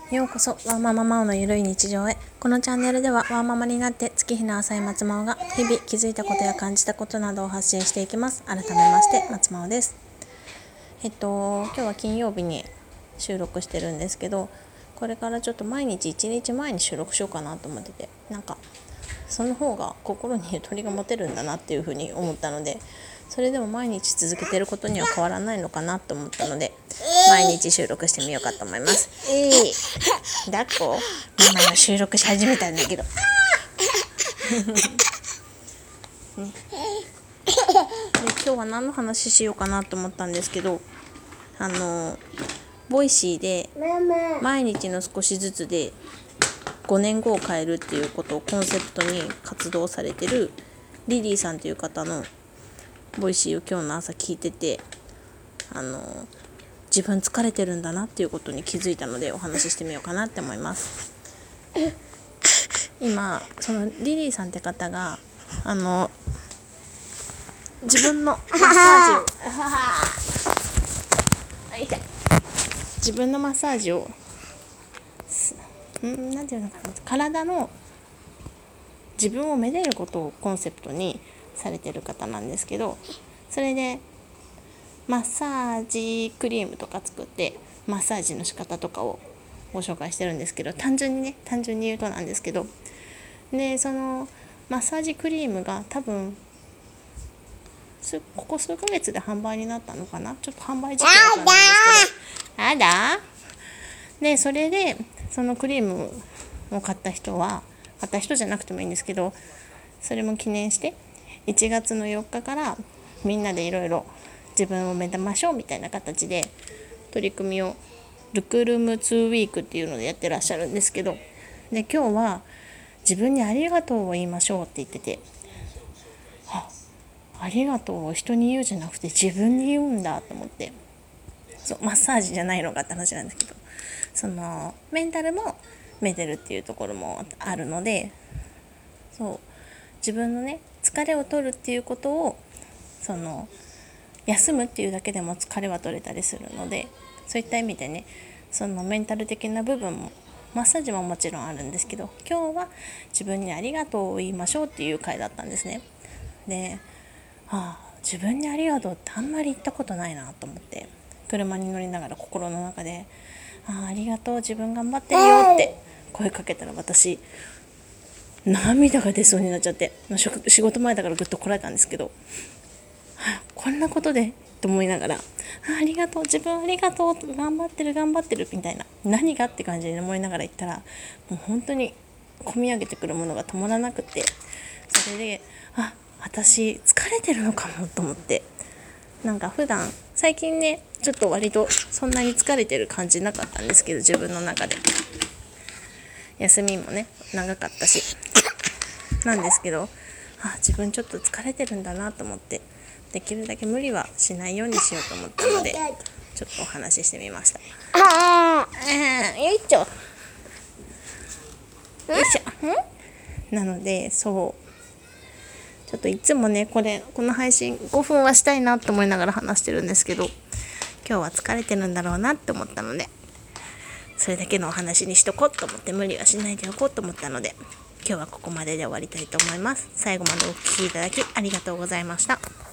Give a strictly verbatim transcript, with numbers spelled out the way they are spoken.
ようこそワーマママオのゆるい日常へ。このチャンネルではワーママになって月日の浅い松マオが日々気づいたことや感じたことなどを発信していきます。改めまして松マオです。えっと今日は金曜日に収録してるんですけど、これからちょっと毎日いちにちまえに収録しようかなと思ってて、なんかその方が心にゆとりが持てるんだなっていうふうに思ったので、それでも毎日続けてることには変わらないのかなと思ったので、毎日収録してみようかと思います。えー、抱っこママの収録し始めたんだけど、ね、で今日は何の話しようかなと思ったんですけど、あのボイシーで毎日の少しずつでごねんごを変えるっていうことをコンセプトに活動されてるリリーさんという方のボイシーを今日の朝聞いてて、あの自分疲れてるんだなっていうことに気づいたのでお話ししてみようかなって思います。今そのリリーさんって方があの自分のマッサージを自分のマッサージをんなんていうのかな、体の自分をめでることをコンセプトにされてる方なんですけど、それでマッサージクリームとか作ってマッサージの仕方とかをご紹介してるんですけど、単純にね単純に言うとなんですけど、でそのマッサージクリームが多分ここ数ヶ月で販売になったのかな、ちょっと販売時期わかんないんですけど、あだでそれでそのクリームを買った人は買った人じゃなくてもいいんですけど、それも記念していちがつのよっかからみんなでいろいろ自分をめでましょうみたいな形で取り組みをルクルムツーウィークっていうのでやってらっしゃるんですけど、で今日は自分にありがとうを言いましょうって言ってて、あ、ありがとうを人に言うじゃなくて自分に言うんだと思って、そうマッサージじゃないのかって話なんですけど、そのメンタルもめでるっていうところもあるので、そう自分のね疲れを取るっていうことを、その休むっていうだけでも疲れは取れたりするので、そういった意味でね、そのメンタル的な部分もマッサージももちろんあるんですけど、今日は自分にありがとうを言いましょうっていう回だったんですね。で、ああ自分にありがとうってあんまり言ったことないなと思って、車に乗りながら心の中でああ、ありがとう自分頑張ってるよって声かけたら、私涙が出そうになっちゃって、仕事前だからぐっとこらえたんですけど、こんなことでと思いながら、 あ, ありがとう自分ありがとう頑張ってる頑張ってるみたいな、何がって感じで思いながら言ったら、もう本当に込み上げてくるものが止まらなくて、それであ私疲れてるのかもと思って、なんか普段最近ねちょっと割とそんなに疲れてる感じなかったんですけど、自分の中で休みもね長かったしなんですけど、あ自分ちょっと疲れてるんだなと思って、できるだけ無理はしないようにしようと思ったので、ちょっとお話ししてみました。ああ、よいしょよいしょ。んなのでそうちょっといつもねこれこの配信ごふんはしたいなと思いながら話してるんですけど、今日は疲れてるんだろうなって思ったので、それだけのお話にしとこうと思って、無理はしないでおこうと思ったので、今日はここまでで終わりたいと思います。最後までお聞きいただきありがとうございました。